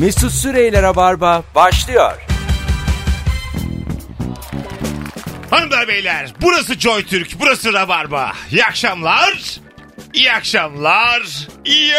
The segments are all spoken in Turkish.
Mesut Süreyler'e barba başlıyor. Hanımlar beyler, burası Joy Türk, burası Rabarba. İyi akşamlar. İyi akşamlar. İyi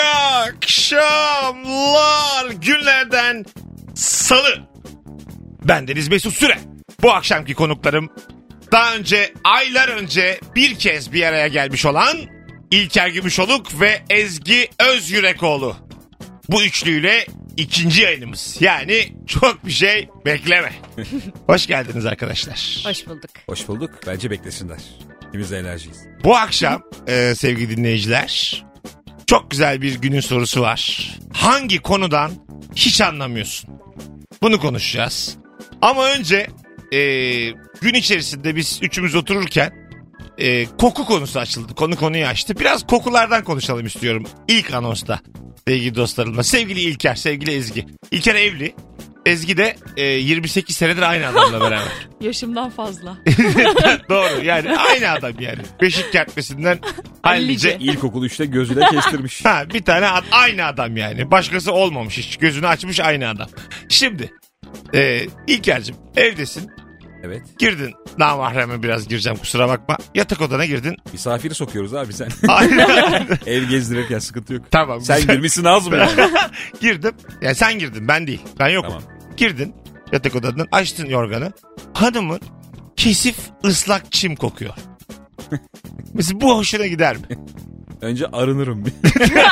akşamlar. Günlerden Salı. Bendeniz Mesut Süre. Bu akşamki konuklarım daha önce, aylar önce bir kez bir araya gelmiş olan İlker Gümüşoluk ve Ezgi Özyürekoğlu. Bu üçlüyle ikinci yayınımız. Yani çok bir şey bekleme. Hoş geldiniz arkadaşlar. Hoş bulduk. Hoş bulduk. Bence beklesinler. İkimiz de enerjiyiz. Bu akşam sevgili dinleyiciler, çok güzel bir günün sorusu var. Hangi konudan hiç anlamıyorsun? Bunu konuşacağız. Ama önce gün içerisinde biz üçümüz otururken koku konusu açıldı. Konuyu açtı. Biraz kokulardan konuşalım istiyorum ilk anonsta. Sevgili dostlarımla. Sevgili İlker, sevgili Ezgi. İlker evli. Ezgi de 28 senedir aynı adamla beraber. Yaşımdan fazla. Doğru, yani aynı adam yani. Beşik kertmesinden hallice. İlkokul 3'te gözüyle kestirmiş. Ha, bir tane aynı adam yani. Başkası olmamış hiç. Gözünü açmış aynı adam. Şimdi İlker'cim evdesin. Evet. Girdin. Namahreme biraz gireceğim, kusura bakma. Yatak odana girdin. Misafiri sokuyoruz abi sen. Aynen. Ev gezdirirken sıkıntı yok. Tamam. Sen girmişsin az mı yani? Girdim. Yani sen girdin, ben değil. Ben yokum. Tamam. Girdin yatak odandan, açtın yorganı. Hanımın kesif ıslak çim kokuyor. Mesela bu hoşuna gider mi? Önce arınırım bir.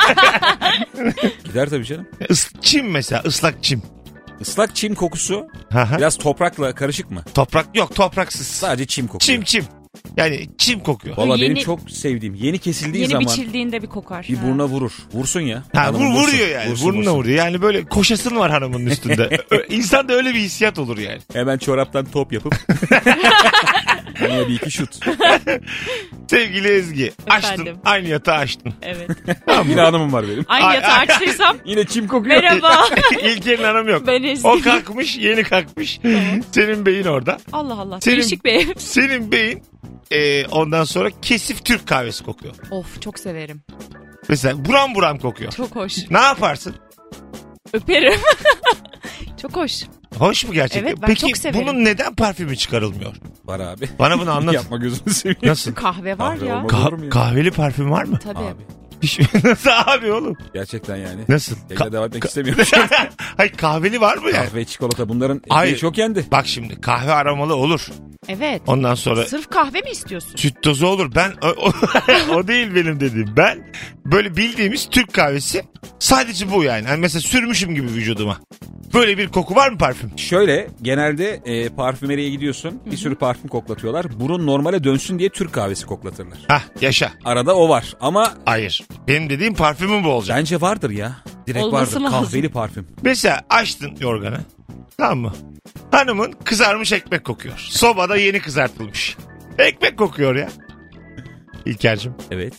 Gider tabii canım. Çim mesela, ıslak çim. Islak çim kokusu Aha. biraz toprakla karışık mı? Toprak yok, topraksız. Sadece çim kokuyor. Çim. Yani çim kokuyor. Valla Yeni- benim çok sevdiğim. Yeni kesildiği Yeni zaman biçildiğinde bir kokar. bir buruna vurur. Vursun ya. Ha, Hanımın vuruyor yani. Vursun, Burnuna vursun. vuruyor. Yani böyle koşasın var hanımın üstünde. İnsanda öyle bir hissiyat olur yani. Hemen çoraptan top yapıp. Ona bir iki şut. Sevgili Ezgi, açtın. Efendim? Aynı yatağı açtın. Evet. Yine hanımım var benim. Aynı yatağı açtıysam Yine çim kokuyor. merhaba. İlker'in hanımı yok. Ben Ezgi. O kalkmış, yeni kalkmış. Senin beyin orada. Allah Allah. Senin- Değişik bir ev. Senin beyin ondan sonra kesif Türk kahvesi kokuyor. Of, çok severim. Mesela buram buram kokuyor. Çok hoş. Ne yaparsın? Öperim. Çok hoş. Hoş mu gerçekten? Evet, ben Peki çok severim. bunun neden parfümü çıkarılmıyor? Var abi. Bana bunu anlat. Yapma gözünü seveyim. Nasıl? Kahve var Kahve ya. olmaz. Olur mu ya? Kahveli parfüm var mı? Tabii. Abi. Nasıl abi oğlum? Gerçekten yani. Nasıl? Tekrar devam etmek istemiyorum. Hayır, kahveli var mı yani? Kahve, çikolata bunların Hayır. çok yendi. Bak şimdi, kahve aromalı olur. Evet. Ondan sonra Sırf kahve mi istiyorsun? süt tozu olur. Ben o değil benim dediğim. Ben böyle bildiğimiz Türk kahvesi, sadece bu yani. Hani mesela sürmüşüm gibi vücuduma. Böyle bir koku var mı parfüm? Şöyle genelde parfümeriye gidiyorsun. Bir sürü parfüm koklatıyorlar. Burun normale dönsün diye Türk kahvesi koklatırlar. Hah, yaşa. Arada o var ama Hayır. Benim dediğim parfümün bu olacak. bence vardır ya. Direkt Olması vardır. lazım. Kahveli parfüm. Mesela açtın yorganı. Tamam mı? Hanımın kızarmış ekmek kokuyor. Sobada yeni kızartılmış. Ekmek kokuyor ya. İlker'cim. Evet.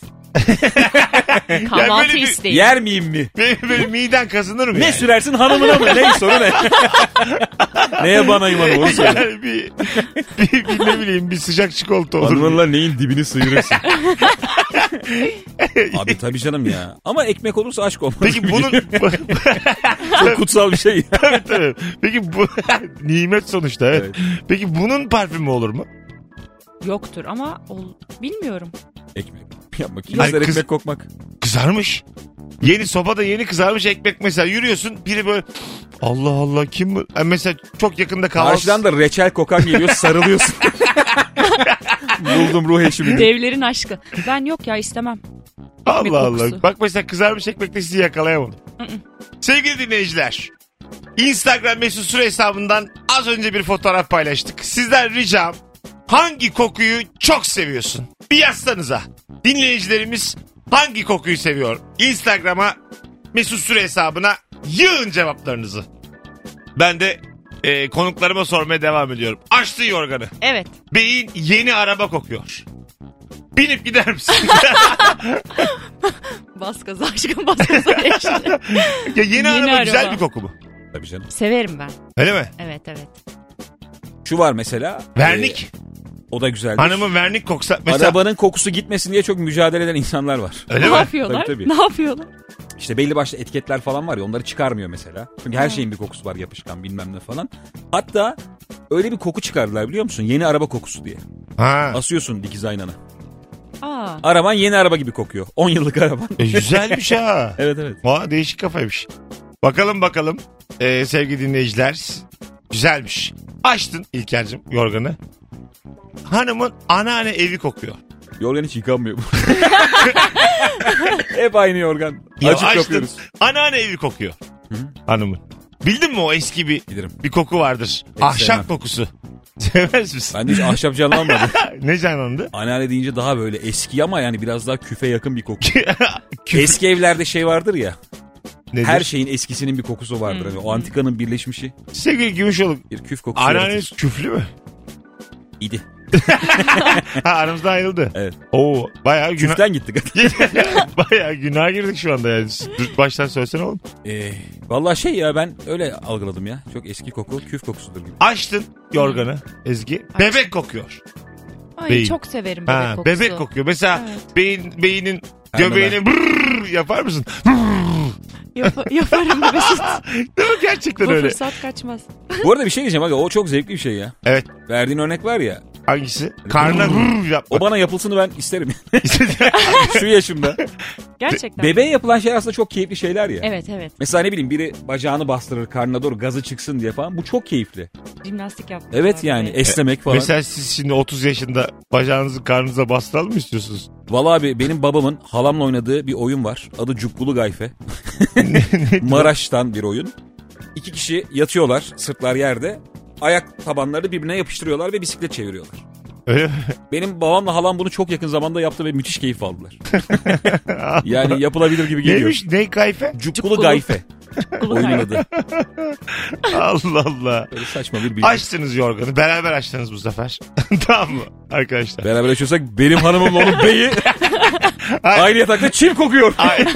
Kahvaltı böyle bir- isteği. Yer miyim mi? Benim miden kazınır mı Ne yani? sürersin hanımına mı? Ne soru ne? Neye banayım hanım onu söyle. Yani bir ne bileyim, bir sıcak çikolata olur. Hanımınla neyin dibini sıyırırsın. Abi tabii canım ya. Ama ekmek olursa aşk olmaz. Peki bunun... Çok kutsal bir şey. tabii tabii. Peki bu nimet sonuçta, evet. Evet. Peki bunun parfümü olur mu? Yoktur ama bilmiyorum. Ekmek. Yapmak. Ay, İster kız- ekmek kokmak. Kızarmış. Yeni sobada yeni kızarmış ekmek mesela, yürüyorsun, biri böyle Allah Allah kim bu? Yani mesela çok yakında kahvaltı. Karşıdan da reçel kokan geliyor, sarılıyorsun. Buldum ruh eşimi. Devlerin aşkı. Ben yok ya, istemem. Ekmek Allah Allah. kokusu. Bak mesela kızarmış ekmekte sizi yakalayamadım. Sevgili dinleyiciler, Instagram Mesut Süre hesabından az önce bir fotoğraf paylaştık. Sizden ricam, hangi kokuyu çok seviyorsun? Bir yazsanıza. Dinleyicilerimiz hangi kokuyu seviyor? Instagram'a, Mesut Süre hesabına yığın cevaplarınızı. Ben de konuklarıma sormaya devam ediyorum. Açtın yorganı. Evet. Beyin yeni araba kokuyor. Binip gider misin? Bas gaza aşkım, bas gaza eşli. Ya yeni araba araba. güzel bir koku mu? Tabii canım. Severim ben. Öyle mi? Evet. Şu var mesela. Vernik. O da güzeldir. Hanımın vernik koksa mesela. Arabanın kokusu gitmesin diye çok mücadele eden insanlar var. Öyle Ne mi? yapıyorlar? Tabii. Ne yapıyorlar? İşte belli başlı etiketler falan var ya, onları çıkarmıyor mesela. Çünkü her şeyin bir kokusu var, yapışkan bilmem ne falan. Hatta öyle bir koku çıkardılar biliyor musun? Yeni araba kokusu diye. Ha. Asıyorsun dikiz aynana. Aa, Araban yeni araba gibi kokuyor. 10 yıllık araban. Güzelmiş ha. Evet evet. Vay, değişik kafaymış. Bakalım. Sevgili dinleyiciler. Güzelmiş. Açtın İlker'cim yorganı. Hanımın anneanne evi kokuyor. Yorgan hiç yıkanmıyor. Hep aynı yorgan. Ya Açık açtın, yapıyoruz. anneanne evi kokuyor. Hanımın. Bildin mi o eski Bilirim. bir koku vardır. Pek Ahşap sevmem. kokusu. Sevmez misin? Ben de hiç ahşap canlanmadı. Ne canlandı? Anneanne deyince daha böyle eski ama yani biraz daha küfe yakın bir koku. Eski evlerde şey vardır ya. Nedir? Her şeyin eskisinin bir kokusu vardır. Hani o antikanın birleşmişi Sevgili Gümüşoluk. bir küf kokusu Anneanneniz küflü mü? idi. Ha, aramızda ayrıldı. Evet. Oo, bayağı günah. Küften gittik. Bayağı günah girdik şu anda yani. Baştan söylesene oğlum. Vallahi şey ya, ben öyle algıladım ya. Çok eski koku küf kokusudur gibi. Açtın yorganı Ezgi. Bebek kokuyor. ay Beyin. çok severim Ha, bebek kokusu. bebek kokuyor. Mesela Evet. beynin göbeğini brrrr yapar mısın? Yaparım Mesut. Değil mi? Gerçekten Bu öyle. fırsat kaçmaz. Bu arada bir şey diyeceğim aga, o çok zevkli bir şey ya. Evet. Verdiğin örnek var ya. Hangisi? Karnına brrrr yapmak. O bana yapılsını ben isterim. Şu yaşımda. Gerçekten. Bebeğe yapılan şey aslında çok keyifli şeyler ya. Evet evet. Mesela ne bileyim, biri bacağını bastırır karnına doğru, gazı çıksın diye falan. Bu çok keyifli. Jimnastik yapmak. Evet yani esnemek falan. Mesela siz şimdi 30 yaşında bacağınızı karnınıza bastıralım mı istiyorsunuz? Vallahi abi, benim babamın halamla oynadığı bir oyun var. Adı Cukkulu Gayfe. Maraş'tan bir oyun. 2 kişi yatıyorlar, sırtlar yerde. Ayak tabanlarını birbirine yapıştırıyorlar ve bisiklet çeviriyorlar. Öyle mi? Benim babamla halam bunu çok yakın zamanda yaptı ve müthiş keyif aldılar. Yani yapılabilir gibi geliyor. Neymiş? Ney kayfe? Cukkulu Gayfe. Oyunun adı. Allah Allah. Böyle saçma bir bilgi. Açtınız yorganı. Beraber açtınız bu sefer. Tamam mı arkadaşlar? Beraber yaşıyorsak benim hanımımla onun beyi aynı yatakta çim kokuyor.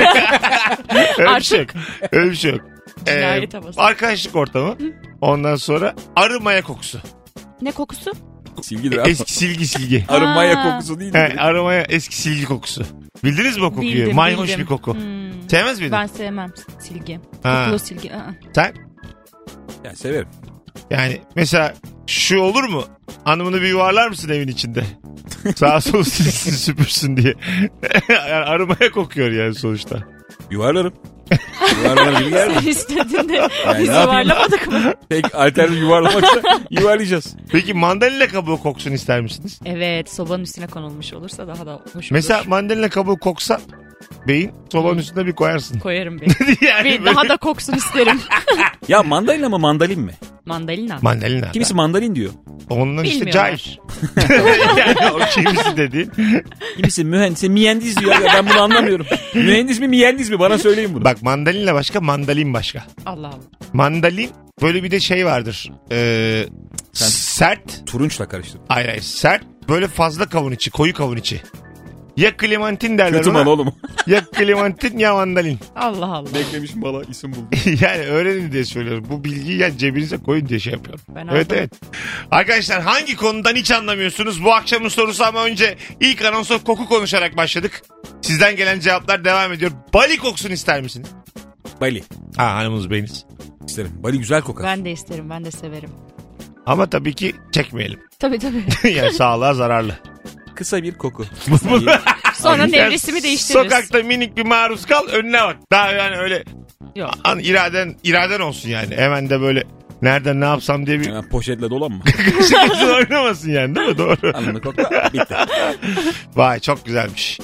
Öyle bir şey yok. Öyle bir şey yok. Cinayet havası. Arkadaşlık ortamı. Ondan sonra arı maya kokusu. Ne kokusu? Silgidir abi. Eski silgi. Arı maya Ha. kokusu değil He, mi? arı maya eski silgi kokusu. Bildiniz mi o kokuyu? Bildim, Mayhoş bildim. bir koku. Hmm. Sevmez miydin? Ben sevmem silgi. Ha. Kokulu silgi. Sen? Ya severim. Yani mesela şu olur mu? Hanımını bir yuvarlar mısın evin içinde? Sağa sola silsin süpürsün diye. Yani arımaya kokuyor yani sonuçta. Yuvarlarım. Yuvarlanır gibi geldi. Sen istedin de Yani biz ne yapayım? yuvarlamadık mı? Tek alternatif yuvarlamaksa yuvarlayacağız. Peki mandalina kabuğu koksun ister misiniz? Evet, sobanın üstüne konulmuş olursa daha da hoş Mesela olur. mandalina kabuğu koksa beyin sobanın üstünde bir koyarsın. Koyarım bir. Yani Bir böyle- daha da koksun isterim. Ya mandalina mı mandalin mi? Mandalina. Mandalina. Kimisi mandalin diyor. Ondan işte Bilmiyorlar. cahil. Yani o kimisi dediğin. Kimisi mühendis diyor. Ya ben bunu anlamıyorum. Mühendis mi miyendiz mi? Bana söyleyin bunu. Bak mandalina başka, mandalin başka. Allah Allah. Mandalin böyle bir de şey vardır. Sen- Sert. Turunçla karıştırdım. Hayır sert. Böyle fazla kavun içi, koyu kavun içi. Ya klementin derler Kötü mal ona. oğlum. Ya klementin ya mandalin. Allah Allah. Beklemiş mala isim buldu. Yani öğrenin diye söylüyorum. Bu bilgiyi yani cebinize koyun diye şey yapıyorum. Ben Evet aldım. evet. Arkadaşlar hangi konudan hiç anlamıyorsunuz? Bu akşamın sorusu ama önce ilk anonsa koku konuşarak başladık. Sizden gelen cevaplar devam ediyor. Bali koksun ister misin? Bali. Ha hanımız beyiniz. İsterim. Bali güzel kokar. Ben de isterim, ben de severim. Ama tabii ki çekmeyelim. Tabii tabii. Yani sağlığa zararlı. Kısa bir koku. Sonra Sen nevresimi değiştiririz. Sokakta minik bir maruz kal, önüne bak. Daha yani öyle Yok. iraden olsun yani. Hemen de böyle nereden ne yapsam diye bir Hemen poşetle dolanma. kaşıklasın oynamasın yani, değil mi? Doğru. Anladın kokla. Bitti. Vay çok güzelmiş.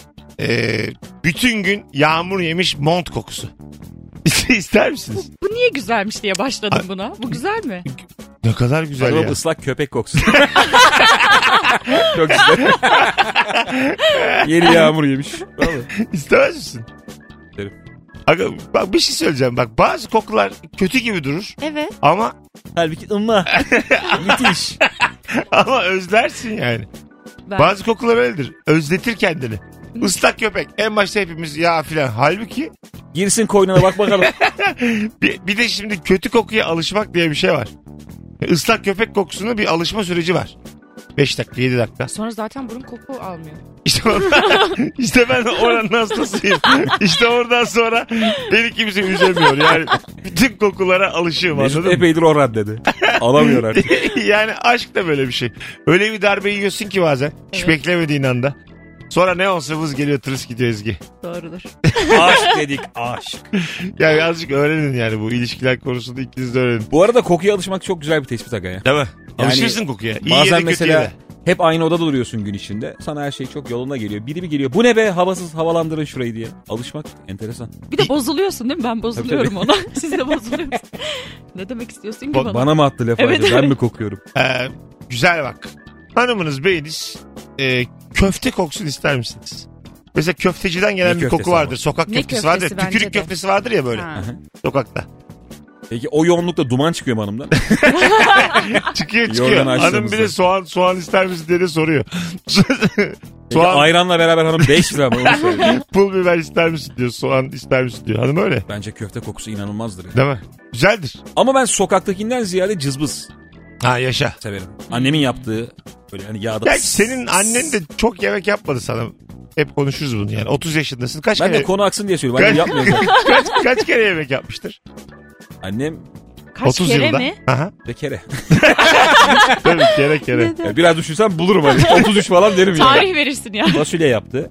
Bütün gün yağmur yemiş mont kokusu. İster misiniz? Bu niye güzelmiş diye başladım buna. Bu güzel mi? Ne kadar güzel Sanırım ya. ıslak köpek kokusu. Çok güzel. Yeni yağmur yemiş. Vallahi. İstemez misin? İsterim. Aga, bak bir şey söyleyeceğim. Bak bazı kokular kötü gibi durur Evet. ama Halbuki ımma. Müthiş. özlersin yani. Ben... Bazı kokular öyledir. Özletir kendini. Islak köpek. En başta hepimiz ya filan. Halbuki Girsin koynuna bak bakalım. bir de şimdi kötü kokuya alışmak diye bir şey var. Islak köpek kokusuna bir alışma süreci var. 5 dakika 7 dakika. Sonra zaten burun koku almıyor. İşte ben oranın hastasıyım. İşte oradan sonra beni kimse üzemiyor. Yani bütün kokulara alışığım, Mesut anladın mı? epeydir o raddedi. Alamıyor artık. Yani aşk da böyle bir şey. Öyle bir darbe yiyorsun ki bazen. Hiç Evet. beklemediğin anda. Sonra ne olsa vız geliyor, tırıs gidiyor Ezgi. Doğrudur. Aşk dedik aşk. Yani azıcık öğrenin yani bu ilişkiler konusunda ikiniz de öğrenin. Bu arada kokuya alışmak çok güzel bir tespit aga ya. Değil mi? Yani Alışırsın kokuya. İyi ya da Bazen kötüye mesela de. hep aynı odada duruyorsun gün içinde. Sana her şey çok yolunda geliyor. Biri bir geliyor. Bu ne be, havasız, havalandırın şurayı diye. Alışmak enteresan. Bir de bozuluyorsun değil mi? Ben bozuluyorum ona. Siz de bozuluyorsunuz. Ne demek istiyorsun ki bana? Bana mı attı laf Evet, acaba? Ben evet. mi kokuyorum? Güzel bak. Hanımınız, beyiniz köfte koksun ister misiniz? Mesela köfteciden gelen Ne bir koku köftesi vardır. ama? Sokak Ne köftesi vardır. köftesi bence Tükürük de. köftesi vardır ya böyle Ha. sokakta. Peki o yoğunlukta duman çıkıyor mu hanımdan? Çıkıyor. Yorgan Hanım açtığımızda. bir de soğan ister misin diye de soruyor. Peki soğan, ayranla beraber hanım 5 lira mı? Onu söyle. pul biber ister misin diyor. Soğan ister misin diyor. Hanım öyle. Bence köfte kokusu inanılmazdır. Ya. Değil mi? Güzeldir. Ama ben sokaktakinden ziyade cızbız Ha, yaşa. severim. Annemin yaptığı böyle hani yağda. Ya senin annen de çok yemek yapmadı sana. Hep konuşuruz bunu yani. 30 yaşındasın. Kaç Ben kere de konu aksın diye söylüyorum. Annem yapmıyor zaten. kaç kere yemek yapmıştır? Annem Kaç 30 kere yılda. mi? Aha. bir kere. Tabii kere. Ya biraz düşünsem bulurum hani. 33 falan derim yani. Tarih verirsin ya. Fasulye yaptı.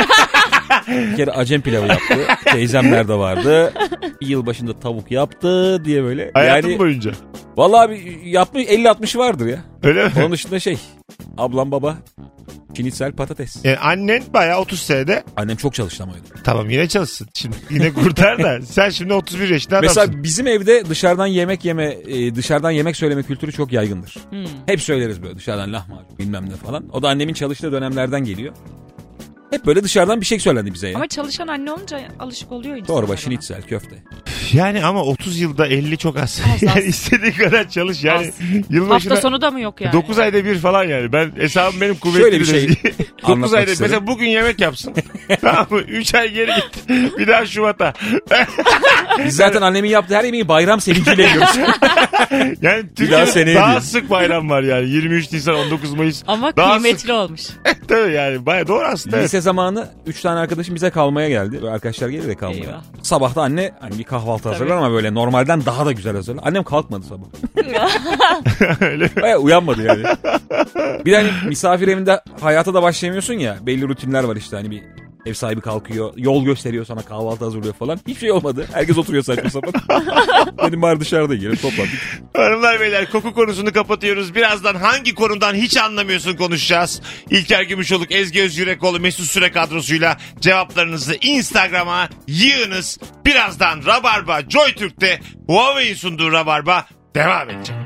Bir kere acem pilavı yaptı. Teyzemler de vardı. Bir yıl başında tavuk yaptı diye böyle. Hayatın Yani boyunca. vallahi bir yapmış 50-60'ı vardır ya. Öyle mi? Onun dışında ablam baba şinitsel patates. Yani annen bayağı 30 senede Annem çok çalıştı ama öyle. tamam yine çalışsın. Şimdi yine kurtar da sen şimdi 31 yaşında adamsın. Mesela bizim evde dışarıdan dışarıdan yemek söyleme kültürü çok yaygındır. Hep söyleriz böyle dışarıdan lahmacun bilmem ne falan. O da annemin çalıştığı dönemlerden geliyor. Hep böyle dışarıdan bir şey söylendi bize ya. Ama çalışan anne olunca alışık oluyor insan. Çorba, şinitsel, köfte. Yani ama 30 yılda 50 çok az. Az, Yani az. istediğin kadar çalış yani. Az. Yılbaşına Hafta sonu da mı yok yani? 9 ayda bir falan yani. Ben hesabım benim kuvvetli. Şöyle bir şey 9 anlatmak ayda isterim. mesela bugün yemek yapsın. Tamam mı? 3 ay geri git. Bir daha Şubat'a. Biz zaten annemin yaptığı her yemeği bayram sevinciyle yiyoruz. Yani daha Türkiye'de seneye daha diyor. sık bayram var yani. 23 Nisan, 19 Mayıs. Ama Daha kıymetli sık. olmuş. Tabii yani bayağı doğru aslında. Evet. Lise zamanı 3 tane arkadaşım bize kalmaya geldi. Böyle arkadaşlar gelir de kalmaya. Eyvah. Sabah da anne hani bir kahvaltı hazırlar ama böyle normalden daha da güzel hazırlar. Annem kalkmadı sabah. Öyle mi? Baya uyanmadı yani. Bir de hani misafir evinde hayata da başlayamıyorsun ya. Belli rutinler var işte hani bir ev sahibi kalkıyor. Yol gösteriyor sana, kahvaltı hazırlıyor falan. Hiçbir şey olmadı. Herkes oturuyor saçma sapan. Benim bari dışarıda yiyelim toplandık. Hanımlar beyler koku konusunu kapatıyoruz. Birazdan hangi konudan hiç anlamıyorsun konuşacağız. İlker Gümüşoluk, Ezgi Özyürekoğlu, Mesut Süre kadrosuyla cevaplarınızı Instagram'a yığınız. Birazdan Rabarba JoyTürk'te Huawei'in sunduğu Rabarba devam edecek.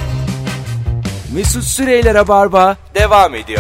Mesut Süreyler'e barba devam ediyor.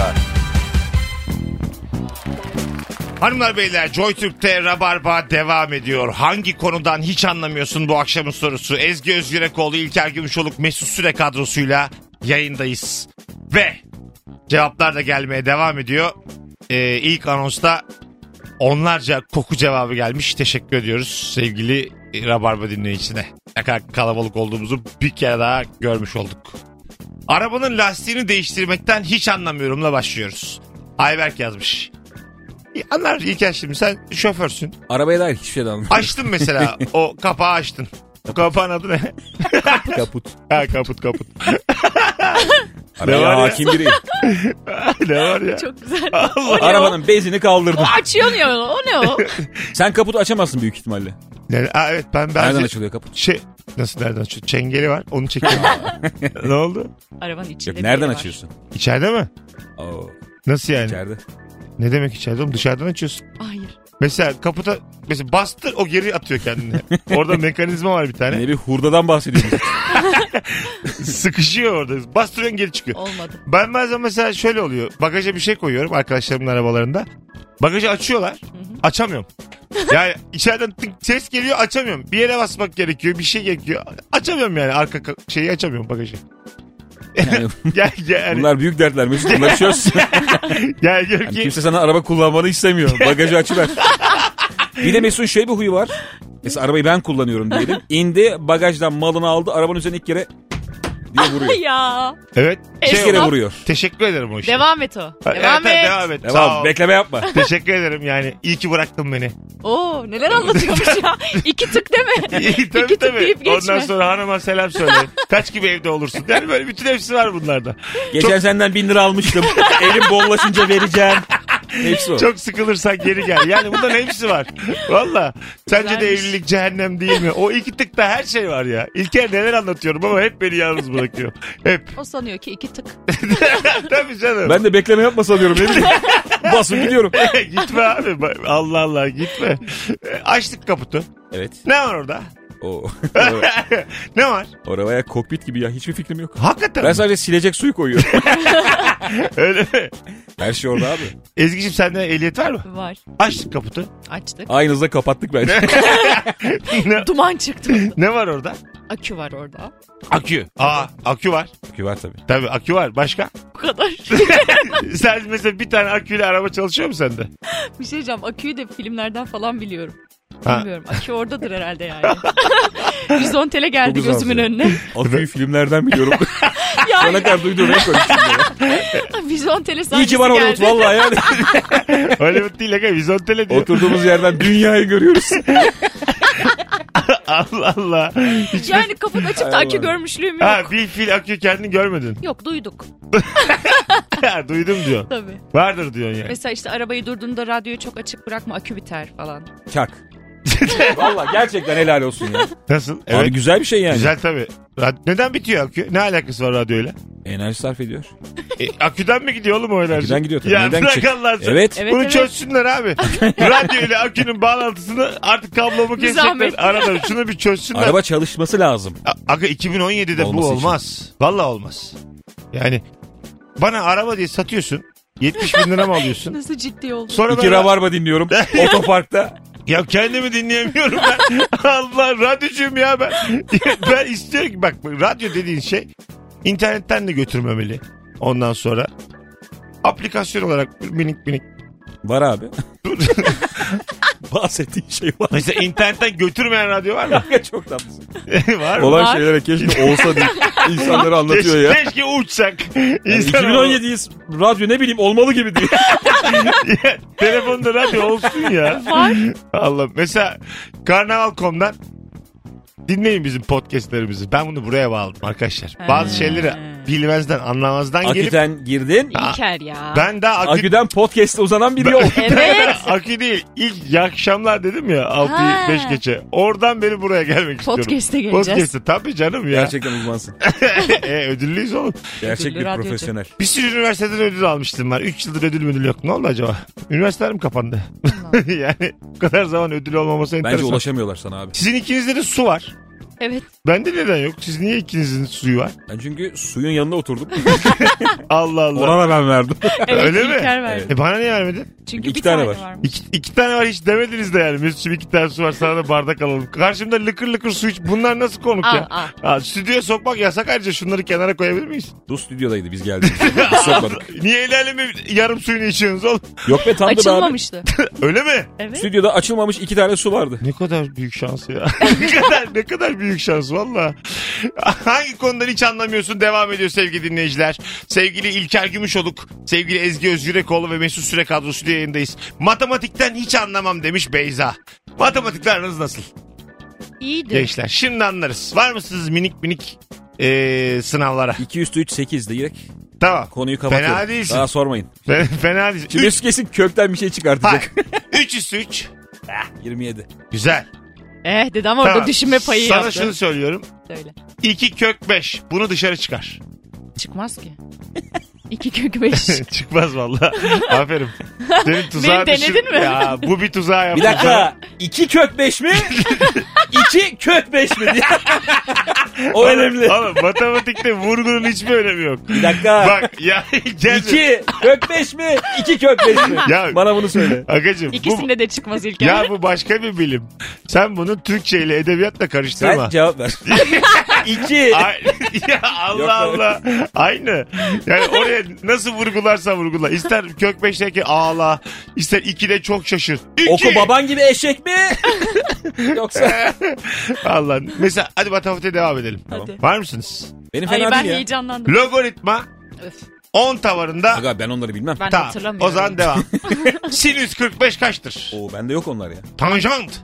Hanımlar beyler JoyTürk'te Rabarba devam ediyor. Hangi konudan hiç anlamıyorsun bu akşamın sorusu. Ezgi Özyürekoğlu, İlker Gümüşoluk, Mesut Süre kadrosuyla yayındayız. Ve cevaplar da gelmeye devam ediyor. İlk anonsta onlarca koku cevabı gelmiş. Teşekkür ediyoruz sevgili Rabarba dinleyicisine. Ne kadar kalabalık olduğumuzu bir kere daha görmüş olduk. Arabanın lastiğini değiştirmekten hiç anlamıyorumla başlıyoruz. Ayberk yazmış. Anlar İlker, şimdi sen şoförsün. Arabaya dair hiçbir şey de anlamıyorum. Açtın mesela o kapağı açtın. O kapağın adı ne? Kaput. Ha, kaput. Arabaya var ya? hakim biriyim. Ne var ya? Çok güzel. Allah. Arabanın bezini kaldırdım. Açıyorsun ya o ne o? Sen kaputu açamazsın büyük ihtimalle. Yani, evet ben Nereden açılıyor kaput? Nasıl nereden açıyor? Çengeli var, onu çekiyorum. Ne oldu? Arabanın içinde Yok, biri nereden var. açıyorsun? İçeride mi? Oo, Nasıl yani? içeride. Ne demek içeride oğlum? Dışarıdan açıyorsun. Hayır. Mesela kaputa bastır, o geri atıyor kendini. Orada mekanizma var bir tane. Ne bir hurdadan bahsediyorsun. Sıkışıyor orada. Bastırıyorsun, geri çıkıyor. Olmadı. Ben bazen mesela şöyle oluyor. Bagaja bir şey koyuyorum arkadaşlarımın arabalarında. Bagajı açıyorlar. Açamıyorum. Yani içeriden ses geliyor, açamıyorum. Bir yere basmak gerekiyor. Bir şey gerekiyor. Açamıyorum yani. Arka şeyi açamıyorum, bagajı. Yani, Gel. bunlar büyük dertler Mesut. Bunları çöz. Gel gör Yani ki. kimse sana araba kullanmanı istemiyor. Bagajı açıver. Bir de Mesut'un şöyle bir huyu var. Mesela arabayı ben kullanıyorum diyelim. İndi bagajdan malını aldı. Arabanın üzerine ilk kere diye vuruyor. Ya. Evet. Bir Esnaf. kere vuruyor. Teşekkür ederim o işe. Devam et o. Evet, Devam evet, et. devam et. Sağ Devam ol. bekleme yapma. Teşekkür ederim yani. İyi ki bıraktın beni. Oo, neler anlatıyormuş ya. 2 tık deme. İyi, tabii 2 tık tabii. deyip geçme. Ondan sonra hanıma selam söyle. Kaç gibi evde olursun. Yani böyle bütün hepsi var bunlarda. Geçen senden 1000 lira almıştım. Elim bollaşınca vereceğim. Hepsi o. Çok sıkılırsan geri gel. Yani bunların hepsi var. Valla. Sence de Güzelmiş. evlilik cehennem değil mi? O 2 tıkta her şey var ya. İlker neler anlatıyorum ama hep beni yalnız bırakıyor. Hep. O sanıyor ki 2 tık. Tabii canım. Ben de bekleme yapma sanıyorum. Ne bileyim. Basın gidiyorum. Gitme abi. Allah Allah gitme. Açtık kaputu. Evet. Ne var orada? O. Ne var? Oraya baya kokpit gibi ya. Hiçbir fikrim yok. Hakikaten Ben mi? sadece silecek suyu koyuyorum. Öyle mi? Her şey orada abi. Ezgi'cim sende ehliyet var mı? Var. Açtık kaputu. Açtık. Aynı hızda kapattık bence. Duman çıktı. Ne var orada? Akü var orada. Akü. Akü var. Akü var tabii. Tabii akü var. Başka? Bu kadar. Sen mesela bir tane aküyle araba çalışıyor mu sende? Bir şey diyeceğim. Aküyü de filmlerden falan biliyorum. Ha. Bilmiyorum. Akü oradadır herhalde yani. Vizontele geldi Çok güzel gözümün şey. önüne. Aküyü filmlerden biliyorum. Ya, Sana kadar duyduğum en komik film ya. Vizontele İyi sahnesi ki var geldi. Hollywood vallahi yani. Hollywood değil aga vizontele diyor. Oturduğumuz yerden dünyayı görüyoruz. Allah Allah. Hiç Yani kaput açıp da Ay akü Allah. görmüşlüğüm yok. Ha, bir fil akü kendini görmedin. Yok, duyduk. Ha, duydum diyor. Tabii. Vardır diyorsun yani. Mesela işte arabayı durduğunda radyoyu çok açık bırakma, akü biter falan. Çak. Vallahi gerçekten helal olsun ya. Nasıl? Abi güzel bir şey yani. Güzel tabii. Neden bitiyor akü? Ne alakası var radyoyla? Enerji sarf ediyor. Aküden mi gidiyor oğlum o enerji? Aküden gidiyor tabii. Ya Neden bırak gidecek? Allah sen. Evet. Evet, Bunu evet. çözsünler abi. Radyo ile akünün bağlantısını artık kablomu kesecekler. zahmet. Arada şunu bir çözsünler. Araba çalışması lazım. Aga 2017'de bu Olması için. olmaz. Vallahi olmaz. Yani bana araba diye satıyorsun. 70 bin lira mı alıyorsun? Nasıl ciddi oldu? Sonra İki ben, rabarba dinliyorum. Otoparkta. ya kendimi dinleyemiyorum ben. Allah radyocuyum ya ben. Ben istiyorum ki bak radyo dediğin şey internetten de götürmemeli. Ondan sonra aplikasyon olarak minik minik. Var abi. Bahsettiğin şey var. Mesela internetten götürmeyen radyo var mı? Çok tatlısın. Var mı? Olan Var. şeylere keşke olsa diye insanlara anlatıyor ya. Keşke uçsak. Yani İnsan 2017'yiz. Radyo ne bileyim olmalı gibi diye. Ya, telefonda radyo olsun ya. Var. Allah. Mesela Karnaval.com'dan dinleyin bizim podcastlerimizi. Ben bunu buraya bağladım arkadaşlar. Bazı şeyleri bilmezden anlamazdan gelip Aküden girdin. İlker ya. ben daha Aküden podcast'e uzanan bir yol. Evet. akü değil. İlk iyi akşamlar dedim ya 6'yı Ha. 5 geçe. Oradan beni buraya gelmek istiyorum. Podcast'e geleceğiz. Podcast'e tabii canım ya. Gerçekten uzmansın. Ödüllüyüz oğlum. Gerçek Ödüllü bir radyocu. profesyonel. Bir sürü üniversiteden ödül almıştım var. 3 yıldır ödül müdül yok. Ne oldu acaba? Üniversiteler mi kapandı? Yani bu kadar zaman ödül olmaması enteresan. Bence ulaşamıyorlar sana abi. Sizin ikinizde de su var. Evet. Bende neden yok? Siz niye ikinizin suyu var? Ben çünkü suyun yanında oturdum. Allah Allah. Ona da ben verdim. Evet, Öyle mi? İlker verdi. Bana niye vermedin? Çünkü İki bir tane tane var. varmış. İki tane var hiç demediniz de yani. Mesut'cum 2 tane su var sana da bardak alalım. Karşımda lıkır lıkır su iç. Bunlar nasıl konuk ya? Stüdyoya sokmak yasak ayrıca şunları kenara koyabilir miyiz? Du stüdyodaydı biz geldik. Biz sokmadık. Niye el alemi yarım suyunu içiyorsunuz oğlum? Yok be tam da abi. Açılmamıştı. Öyle mi? Evet. Stüdyoda açılmamış 2 tane su vardı. Ne kadar büyük şans ya. ne kadar büyük şans valla. Hangi konudan hiç anlamıyorsun devam ediyor sevgili dinleyiciler. Sevgili İlker Gümüşoluk, sevgili Ezgi Özgürekoğlu ve Mesut Süre kadrosu diye yayındayız. Matematikten hiç anlamam demiş Beyza. Matematikle aranız nasıl? İyiydi. Gençler şimdi anlarız. Var mısınız minik minik sınavlara? 2 üstü 3 8 diyerek Tamam. konuyu kapatıyorum. Fena değilsin. Daha sormayın. Fena değilsin. Şimdi Mesut kesin kökten bir şey çıkartacak. 3 üstü 3. 27. Güzel. Dedem orada Tamam. düşünme payı Sana yaptı. şunu söylüyorum. Söyle. 2 kök 5. Bunu dışarı çıkar. Çıkmaz ki. 2 kök 5. Çıkmaz valla. Aferin. Senin tuzağa Beni denedin mi? Ya bu bir tuzağa Bir yapıldı. dakika. 2 kök 5 mi? 2 kök 5 mi diye. O önemli. Oğlum matematikte vurgunun hiçbir önemi yok. Bir dakika. Bak ya gel. 2 kök 5 mi? 2 kök 5 mi? Ya, Bana bunu söyle. Agacım İkisinde de çıkmaz İlker. ya bu başka bir bilim. Sen bunu Türkçe ile edebiyatla karıştırma. Sen cevap ver. 2. Ya Allah Yok, Allah. Aynı. Yani oraya nasıl vurgularsa vurgula. İster kök 5'teki ağla. İster 2'de çok şaşır. 2. Oku baban gibi eşek mi? Yoksa Allah. Mesela hadi matematiğe devam edelim. Hadi. Var mısınız? Benim Ay fena ben değil ya. heyecanlandım. Logaritma Öf, 10 tavarında. Aga ben onları bilmem. ben Tamam. hatırlamıyorum. O zaman devam. Sinüs 45 kaçtır? Oo bende yok onlar ya. Tanjant.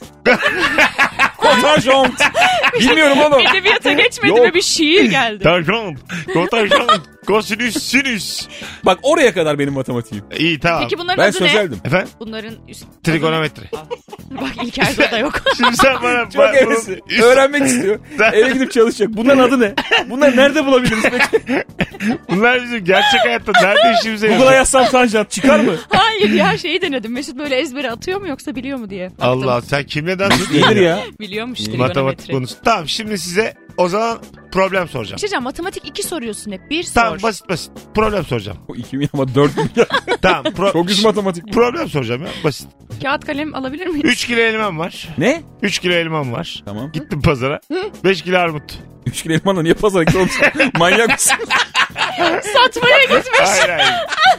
Kontajant. Bilmiyorum oğlum. Edebiyata geçmedi Yok. ve bir şiir geldi. Tanjant. Kotanjant. Kosinüs sinüs. Bak oraya kadar benim matematiğim. İyi tamam. Peki bunların Ben adı ne? sözeldim. Efendim? Bunların üst... Trigonometri. Bak İlker'de de yok. Şimdi sen bana... Çok hevesli. Öğrenmek istiyor. Eve gidip çalışacak. Bunların adı ne? Bunları nerede bulabiliriz peki? Bunlar bizim gerçek hayatta nerede işimize Google'a yarıyor? yazsam tanjant çıkar mı? Hayır ya şeyi denedim. Mesut böyle ezbere atıyor mu yoksa biliyor mu diye. Baktım. Allah sen kimle dans Nedir ediyorsun? ya? Biliyormuş Matematik trigonometri. konusu. Tamam şimdi size o zaman problem soracağım. Bir şey diyeceğim, matematik 2 soruyorsun hep. 1 Tamam sor. basit. Problem soracağım. O 2 mi ama 4 mi? Tamam. Çok güzel matematik. Problem soracağım ya basit. Kağıt kalem alabilir miyim? 3 kilo elmam var. Ne? 3 kilo elmam var. Tamam. Gittim pazara. 5 kilo armut. 3 kilo elmanla niye pazara gittin oğlum sen? Manyak mısın? Satmaya gitmiş. Hayır.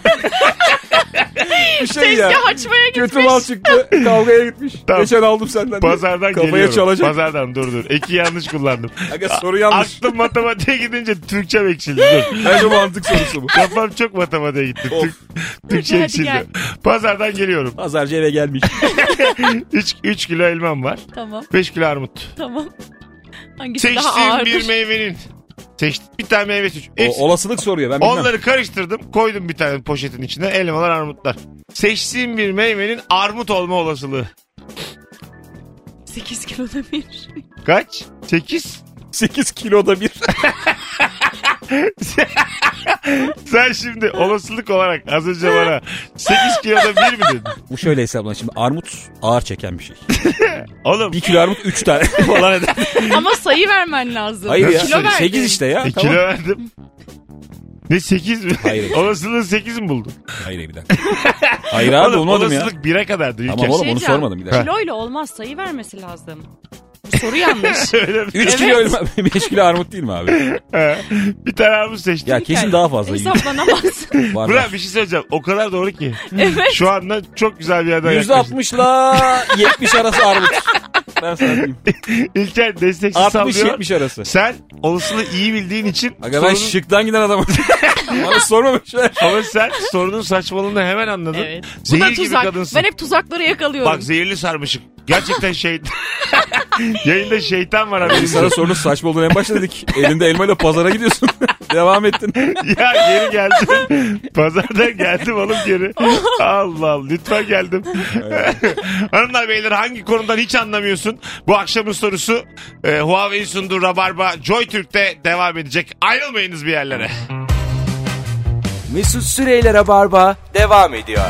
Bir şey ya. Tezgah açmaya gitmiş. Kötü mal çıktı. Kavgaya gitmiş. Tamam. Geçen aldım senden. Pazardan Kafaya geliyorum. çalacak. Pazardan dur. Eki yanlış kullandım. Aga soru yanlış. Aklım matematiğe gidince Türkçe eksildi. Dur. Bence mantık sorusu bu. Kafam çok matematiğe gitti. Of. Türkçe Hadi eksildi. gel. Pazardan geliyorum. Pazarcı eve gelmiş. 3 kilo elmam var. Tamam 5 kilo armut. tamam. Hangisi daha Seçtiğim ağırdır? bir meyvenin. Bir tane meyve seç. O, olasılık soruyor ben bilmem. Onları karıştırdım. Koydum bir tane poşetin içine. Elmalar, armutlar. Seçtiğim bir meyvenin armut olma olasılığı. 8 kiloda bir. Kaç? 8. 8 kiloda bir. Sen şimdi olasılık olarak az önce bana 8 kiloda bir mi dedin? Bu şöyle hesaplan şimdi armut ağır çeken bir şey. Oğlum 1 kilo armut 3 tane falan eder. Ama sayı vermen lazım. Hayır ya Kilo verdin. 8 işte ya. kilo Tamam. verdim. Ne 8 mi? Hayır. Olasılığı 8 mi buldun? Hayır bir dakika. Hayır abi Oğlum, olmadım ya. olasılık 1'e kadardı. Tamam İlker. oğlum. Şey onu diyeceğim, sormadım bir dakika. Kiloyla olmaz, sayı vermesi lazım. Bu soru yanlış. Öyle mi? 3 kilo elma 5 kilo armut değil mi abi? Bir tane armut seçtim. Ya kesin daha fazla. Hesaplanamaz. Var, Burak var. bir şey söyleyeceğim. O kadar doğru ki. Evet. Şu anda çok güzel bir yerden yaklaştın. %60'la 70 arası armut. Ben sana diyeyim. İlker desteksiz sallıyor. 60-70 arası. Sen olasılığı iyi bildiğin için Aga ben şıktan giden adamım. Bana sorma bir şeyler. ama sen sorunun saçmalığını hemen anladın. Evet. Bu Zehir da gibi tuzak. kadınsın. Ben hep tuzakları yakalıyorum. Bak zehirli sarmışık. Gerçekten yayında şeytan var Biz haberin. sana sorunun saçma olduğunu en başta dedik. Elinde elmayla pazara gidiyorsun. Devam ettin. Ya geri geldim. Pazardan geldim oğlum geri. Allah Allah lütfen geldim. Hanımlar beyler hangi konudan hiç anlamıyorsun? Bu akşamın sorusu Huawei sunduğu Rabarba Joy Türk'te devam edecek. Ayrılmayınız bir yerlere. Mesut Süreyler'e barba devam ediyor.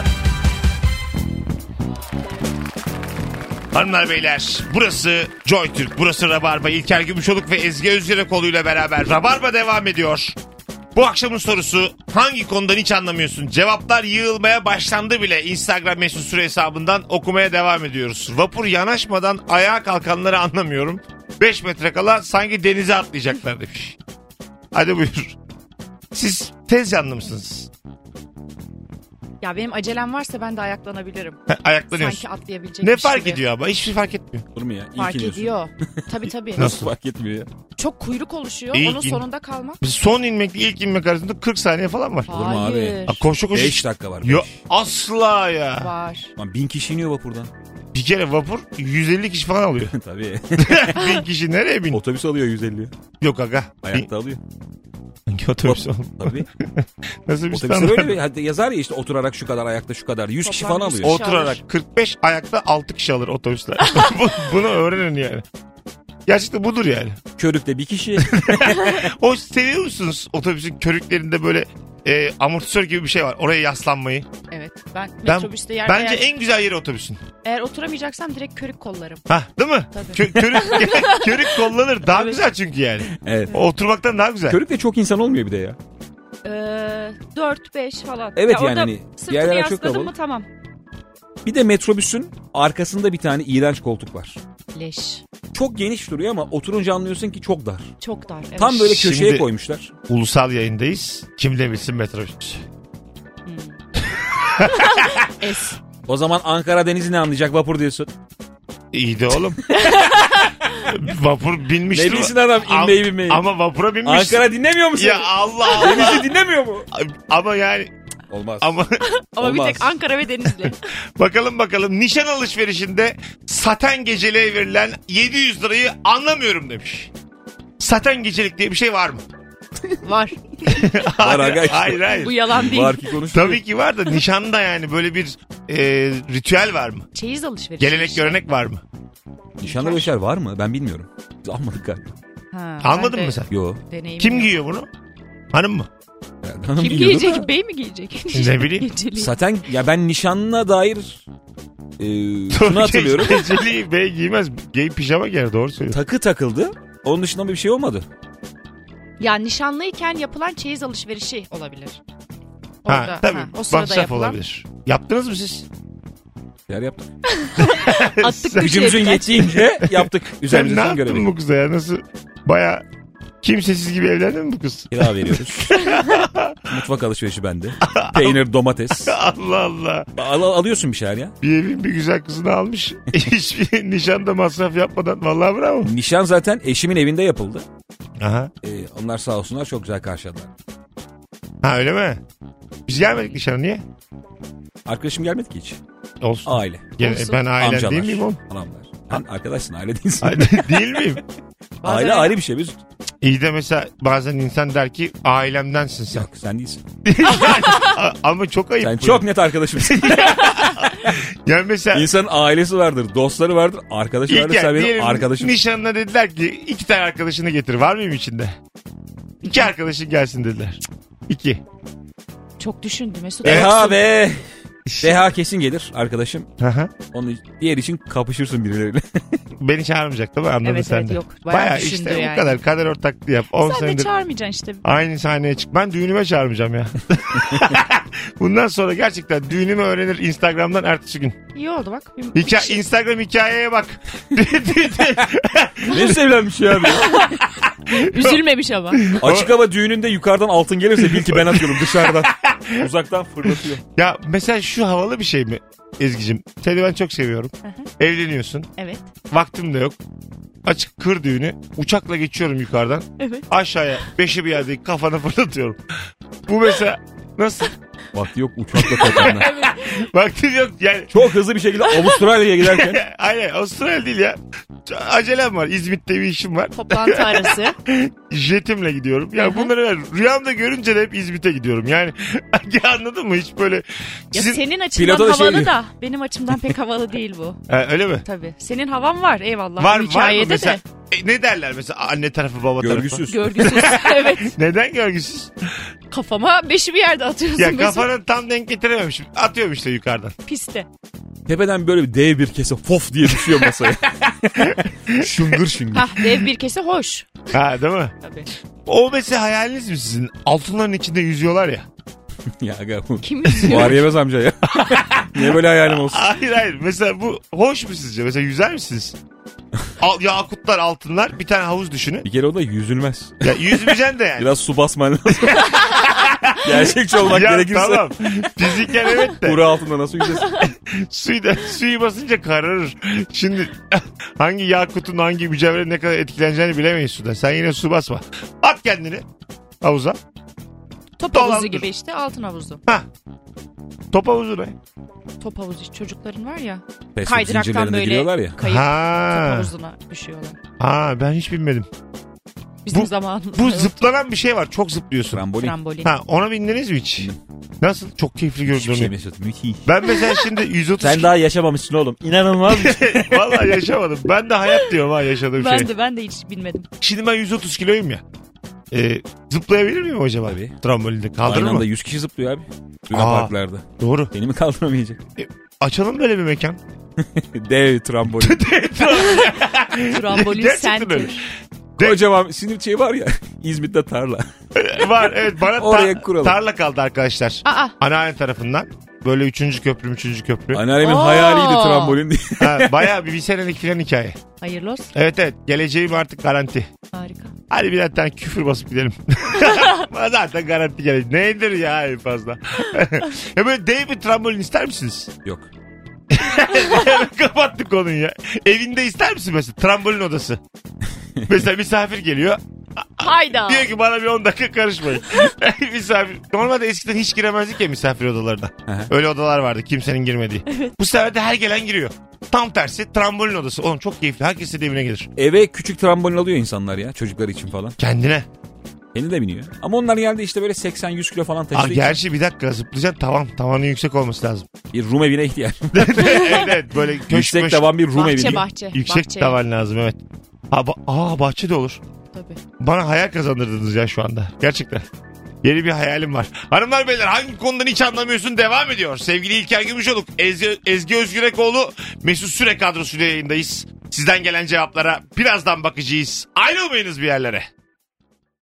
Hanımlar beyler burası Joy Türk, burası Rabarba. İlker Gümüşoluk ve Ezgi Özyerekoğlu'yla beraber Rabarba devam ediyor. Bu akşamın sorusu hangi konudan hiç anlamıyorsun? Cevaplar yığılmaya başlandı bile. Instagram mesut süre hesabından okumaya devam ediyoruz. Vapur yanaşmadan ayağa kalkanları anlamıyorum. 5 metre kala sanki denize atlayacaklar demiş. Hadi buyur. Siz tez yanlı mısınız? Ya benim acelem varsa ben de ayaklanabilirim. Ayaklanıyorsun. Sanki atlayabilecek Ne bir şey fark gibi. ediyor ama? Hiçbir şey fark etmiyor. Olur mu ya? İlk Fark iniyorsun. ediyor. Tabii. Nasıl? Fark etmiyor ya. Çok kuyruk oluşuyor. İlk Onun in- sonunda kalmak. Son inmekle ilk inmek arasında 40 saniye falan var. Olur mu abi? Hayır. Koşu koşu. 5 dakika var. Yok asla ya. Var. Lan 1000 kişi iniyor vapurdan. Bir kere vapur 150 kişi falan alıyor. Tabii. 1000 kişi nereye bin? Otobüs alıyor 150. Yok aga. Ayakta alıyor. Hangi otobüs oğlum? Tabii. Nasıl bir Otobüste standart? böyle hadi yazar ya işte oturarak şu kadar ayakta şu kadar. 100 kişi Toplam falan 100 alıyor. kişi. Oturarak 45 ayakta 6 kişi alır otobüsler. Bunu öğrenin yani. Gerçekten budur yani. Körükte bir kişi. O seviyor musunuz otobüsün körüklerinde böyle amortisör gibi bir şey var. Oraya yaslanmayı. Evet. Ben Ben- metrobüste yer Bence eğer, en güzel yeri otobüsün. eğer oturamayacaksam direkt körük kollarım. Ha, değil mi? Tabii. Körük kullanır. Daha Evet. güzel çünkü yani. Evet. O oturmaktan daha güzel. Körükte çok insan olmuyor bir de ya. 4-5 falan. Evet Ya yani orada hani sırtını yerler çok yasladım kalabalık. mı tamam. Bir de metrobüsün arkasında bir tane iğrenç koltuk var. Leş. Çok geniş duruyor ama oturunca anlıyorsun ki çok dar. Çok dar. Evet. Tam böyle köşeye Şimdi- koymuşlar. Ulusal yayındayız. Kim ne bilsin metrobüs. Es. O zaman Ankara Denizi ne anlayacak vapur diyorsun. İyi de oğlum. Vapur binmiştir. Ne bilsin adam inmeyi binmeyi. Ama vapura binmiş. Ankara dinlemiyor mu seni? Ya Allah Allah. Denizli dinlemiyor mu? Ama yani. Olmaz. Ama Ama bir Olmaz. tek Ankara ve Denizli. bakalım nişan alışverişinde saten geceliğe verilen 700 lirayı anlamıyorum demiş. Saten gecelik diye bir şey var mı? Var. Var aga işte. Hayır. Bu yalan değil. Var ki konuşuyor. Tabii ki var da nişanda yani böyle bir ritüel var mı? Çeyiz alışverişi. Gelenek işte. görenek var mı? Nişanda böyle şeyler var mı? Ben bilmiyorum. Biz almadık galiba. Ha, Almadın ben de mı sen? Yo. deneyimim Kim yok. giyiyor bunu? Hanım mı? Yani hanım Kim giyiyordu giyecek? da. Bey mi giyecek? Ne bileyim. Geceliği. Zaten ya ben nişanına dair şunu hatırlıyorum. Geceliği bey giymez. Gay pijama giyer, doğru söylüyorsun. Takı takıldı. Onun dışında bir şey olmadı. Ya nişanlıyken yapılan çeyiz alışverişi olabilir. Ha, Orada, tabii. o sırada Masraf yapılan. olabilir. Yaptınız mı siz? Yer yaptık. Attık Gücümüzün köşeye birkaç. yettiğince yaptık. Sen ne Üzerimizden yaptın görevi. bu kıza ya? Nasıl? Baya kimsesiz gibi evlendin mi bu kız? Kira veriyoruz. Mutfak alışverişi bende. Peynir, domates. Allah Allah. Alıyorsun bir şeyler ya. Bir evin bir güzel kızını almış. Hiçbir nişanda masraf yapmadan. Vallahi bravo. Nişan zaten eşimin evinde yapıldı. Aha. Onlar sağ olsunlar çok güzel karşıladılar. Ha, öyle mi? Biz gelmedik nişana, niye? Arkadaşım gelmedi ki hiç. Olsun. Aile. Olsun. Ben ailen Amcalar. değil miyim oğlum? Halamlar. Sen arkadaşsın, aile değilsin. Değil miyim? Bazen Aile ayrı bir şey. Biz... İyi de mesela bazen insan der ki ailemdensin sen. Yok sen değilsin. Ama çok ayıp. Sen bu. çok net arkadaşımsın. Yani mesela İnsanın ailesi vardır, dostları vardır, arkadaşı vardır. Sen benim diyelim arkadaşım. nişanına dediler ki 2 tane arkadaşını getir. Var mıyım içinde? 2 arkadaşın gelsin dediler. 2. Çok düşündü Mesut. Deha ve... Deha kesin gelir arkadaşım. Aha. Onu diğer için kapışırsın birileriyle. Beni çağırmayacak değil mi? Anladın Evet, sen evet, de. yok. Bayağı Bayağı düşündü işte yani. bu kadar. Kader ortaklığı yap. 10 Sen de senedir çağırmayacaksın işte. aynı sahneye çık. Ben düğünüme çağırmayacağım ya. Bundan sonra gerçekten düğünümü öğrenir Instagram'dan ertesi gün. İyi oldu bak. Bir şey- Instagram hikayeye bak. Ne evlenmiş ya. Üzülmemiş ama. Açık hava düğününde yukarıdan altın gelirse bil ki ben atıyorum dışarıdan. Uzaktan fırlatıyor. Ya mesela şu havalı bir şey mi Ezgi'cim? Seni ben çok seviyorum. Hı hı. Evleniyorsun. Evet. Vaktim de yok. Açık kır düğünü. Uçakla geçiyorum yukarıdan. Evet. Aşağıya 5'i bir yerde kafana fırlatıyorum. Bu mesela nasıl? Vakti yok uçakla kapanlar. Vaktim yok yani. Çok hızlı bir şekilde Avustralya'ya giderken. Aynen, Avustralya değil ya. Acelem var. İzmit'te bir işim var. Toplantı arası. Jetimle gidiyorum. Ya bunları ben rüyamda görünce de hep İzmit'e gidiyorum. Yani anladın mı? Hiç böyle... Ya Sizin... senin açından Pilota da şey havalı diyor. da benim açımdan pek havalı değil bu. Öyle mi? Tabii. Senin havan var eyvallah. Var Bu mı hikayede mesela? de. Ne derler mesela anne tarafı baba tarafı? Görgüsüz. Görgüsüz. Evet. Neden görgüsüz? Kafama beşi bir yerde atıyorsun Ya Mesut. kafana tam denk getirememişim. Atıyorum işte yukarıdan. Piste. Tepeden böyle bir dev bir kese fof diye düşüyor masaya. şıngır şıngır. Hah dev bir kese hoş. Ha, değil mi? Tabii. O mesela hayaliniz mi sizin? Altınların içinde yüzüyorlar ya. Ya aga bu. Kim üzüyor? Var yemez amca ya. Niye böyle hayalim olsun? Hayır. Mesela bu hoş mu sizce? Mesela yüzer misiniz? Yakutlar, altınlar, bir tane havuz düşünün. Bir kere o da yüzülmez. Ya yüzmeyeceksin de yani. Biraz su basman lazım. Gerçekçi olmak Ya gerekirse. tamam. Fiziken evet de. Kuru altında nasıl yüzeceğiz? Suyu basınca kararır. Şimdi hangi yakutun hangi mücevherin ne kadar etkileneceğini bilemeyiz suda. Sen yine su basma. At kendini havuza. Top Dolandır. havuzu gibi işte altın havuzu. Ha. Top havuzu ne? Top havuzu çocukların var ya. Facebook Kaydıraktan zincirlerine böyle giriyorlar ya. kayıp top Ha. havuzuna düşüyorlar. Ha, ben hiç bilmedim. Bizim Bu- zamanımızda. Bu zıplanan bir şey var. Çok zıplıyorsun. Trambolin. Trambolin. Ha, ona bindiniz mi hiç? Bindim. Nasıl? Çok keyifli Hiçbir şey görünüyor. Mesut. Müthiş. Ben mesela şimdi 130 Sen daha yaşamamışsın oğlum. İnanılmaz bir şey. Vallahi yaşamadım. Ben de hayat diyorum ha yaşadığım şey. Ben de hiç bilmedim. Şimdi ben 130 kiloyum ya. Zıplayabilir miyim acaba? Tabii. Trambolinde kaldırır Aynı mı? anda 100 kişi zıplıyor abi. Luna Aa. Parklarda. Doğru. Seni mi kaldıramayacak? Açalım böyle bir mekan. Dev trambolin. Trambolin Gerçekten senti. öyle. Kocaman sinir şey var ya. İzmit'te tarla. Var evet, bana Oraya kuralım. tarla kaldı arkadaşlar. Aa, Anneanne tarafından. Böyle 3. köprü. Anneannemin Oo. hayaliydi trambolin diye. Ha, bayağı bir senelik filan hikaye. hayırlı olsun. Evet geleceğim artık garanti. Harika. Hadi birer tane küfür basıp gidelim. Zaten garanti gelecek. Nedir ya en fazla? Ya böyle dev bir trambolin ister misiniz? Yok. Kapattık konuyu ya. Evinde ister misin mesela trambolin odası? Mesela misafir geliyor. Hayda. Diyor ki bana bir 10 dakika karışmayın. Misafir. Normalde eskiden hiç giremezdik ya misafir odalarına. Öyle odalar vardı kimsenin girmediği. Evet. Bu sefer de her gelen giriyor. Tam tersi trambolin odası. Oğlum çok keyifli. Herkes de evine gelir. Eve küçük trambolin alıyor insanlar ya çocuklar için falan. Kendine. Kendi de biniyor. Ama onlar geldi işte böyle 80-100 kilo falan taşıdığı için. Gerçi bir dakika zıplayacaksın tavanın yüksek olması lazım. Bir Rum evine ihtiyaç. Evet böyle yüksek tavan bir Rum evi. Bahçe. Yüksek tavan lazım evet. Bahçe de olur. Tabii. Bana hayal kazandırdınız ya şu anda. Gerçekten. Yeni bir hayalim var. Hanımlar beyler hangi konudan hiç anlamıyorsun devam ediyor. Sevgili İlker Gümüşoluk, Ezgi Özgürekoğlu, Mesut Süre kadrosuyla yayındayız. Sizden gelen cevaplara birazdan bakacağız. Ayrılmayınız bir yerlere.